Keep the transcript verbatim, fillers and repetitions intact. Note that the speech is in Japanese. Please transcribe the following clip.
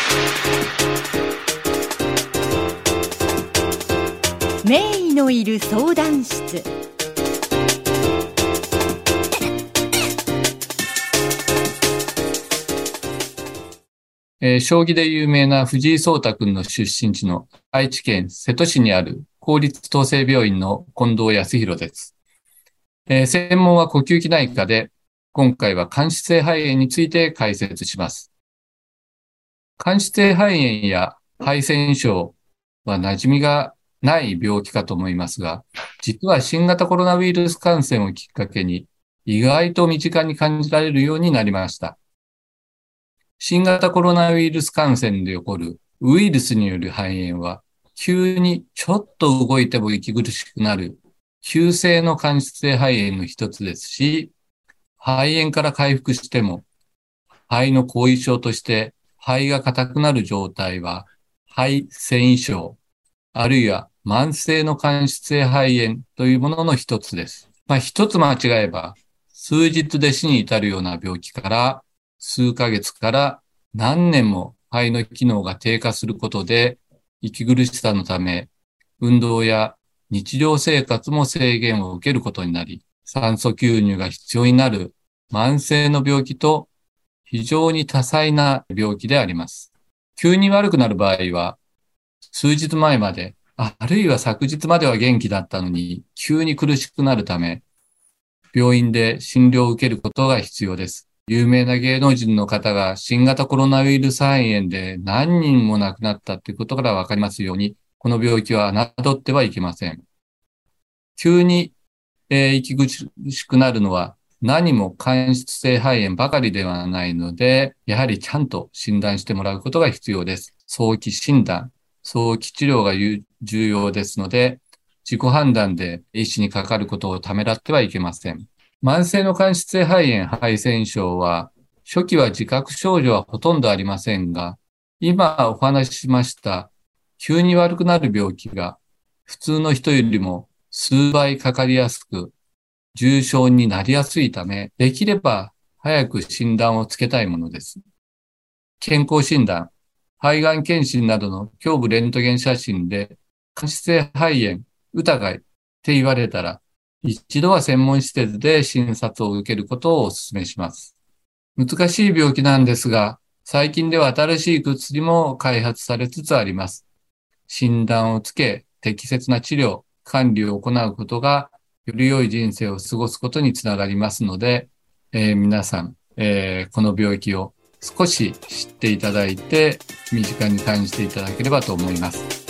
名医のいる相談室。 えー、将棋で有名な藤井聡太君の出身地の愛知県瀬戸市にある公立統制病院の近藤康弘です。えー、専門は呼吸器内科で、今回は間質性肺炎について解説します。間質性肺炎や肺腺症は馴染みがない病気かと思いますが、実は新型コロナウイルス感染をきっかけに意外と身近に感じられるようになりました。新型コロナウイルス感染で起こるウイルスによる肺炎は、急にちょっと動いても息苦しくなる急性の間質性肺炎の一つですし、肺炎から回復しても、肺の後遺症として肺が硬くなる状態は、肺腺維症、あるいは慢性の間質性肺炎というものの一つです。まあ一つ間違えば、数日で死に至るような病気から、数ヶ月から何年も肺の機能が低下することで、息苦しさのため、運動や日常生活も制限を受けることになり、酸素吸入が必要になる慢性の病気と非常に多彩な病気であります。急に悪くなる場合は、数日前まで、あるいは昨日までは元気だったのに、急に苦しくなるため、病院で診療を受けることが必要です。有名な芸能人の方が新型コロナウイルス肺炎で何人も亡くなったということからわかりますように、この病気は侮ってはいけません。急に、えー、息苦しくなるのは何も間質性肺炎ばかりではないので、やはりちゃんと診断してもらうことが必要です。早期診断、早期治療が重要ですので、自己判断で医師にかかることをためらってはいけません。慢性の間質性肺炎、肺腺症は、初期は自覚症状はほとんどありませんが、今お話ししました、急に悪くなる病気が、普通の人よりも数倍かかりやすく、重症になりやすいため、できれば早く診断をつけたいものです。健康診断、肺がん検診などの胸部レントゲン写真で、間質性肺炎疑いって言われたら、一度は専門施設で診察を受けることをお勧めします。難しい病気なんですが、最近では新しい薬も開発されつつあります。診断をつけ、適切な治療、管理を行うことが、より良い人生を過ごすことにつながりますので、えー、皆さん、えー、この病気を少し知っていただいて、身近に感じていただければと思います。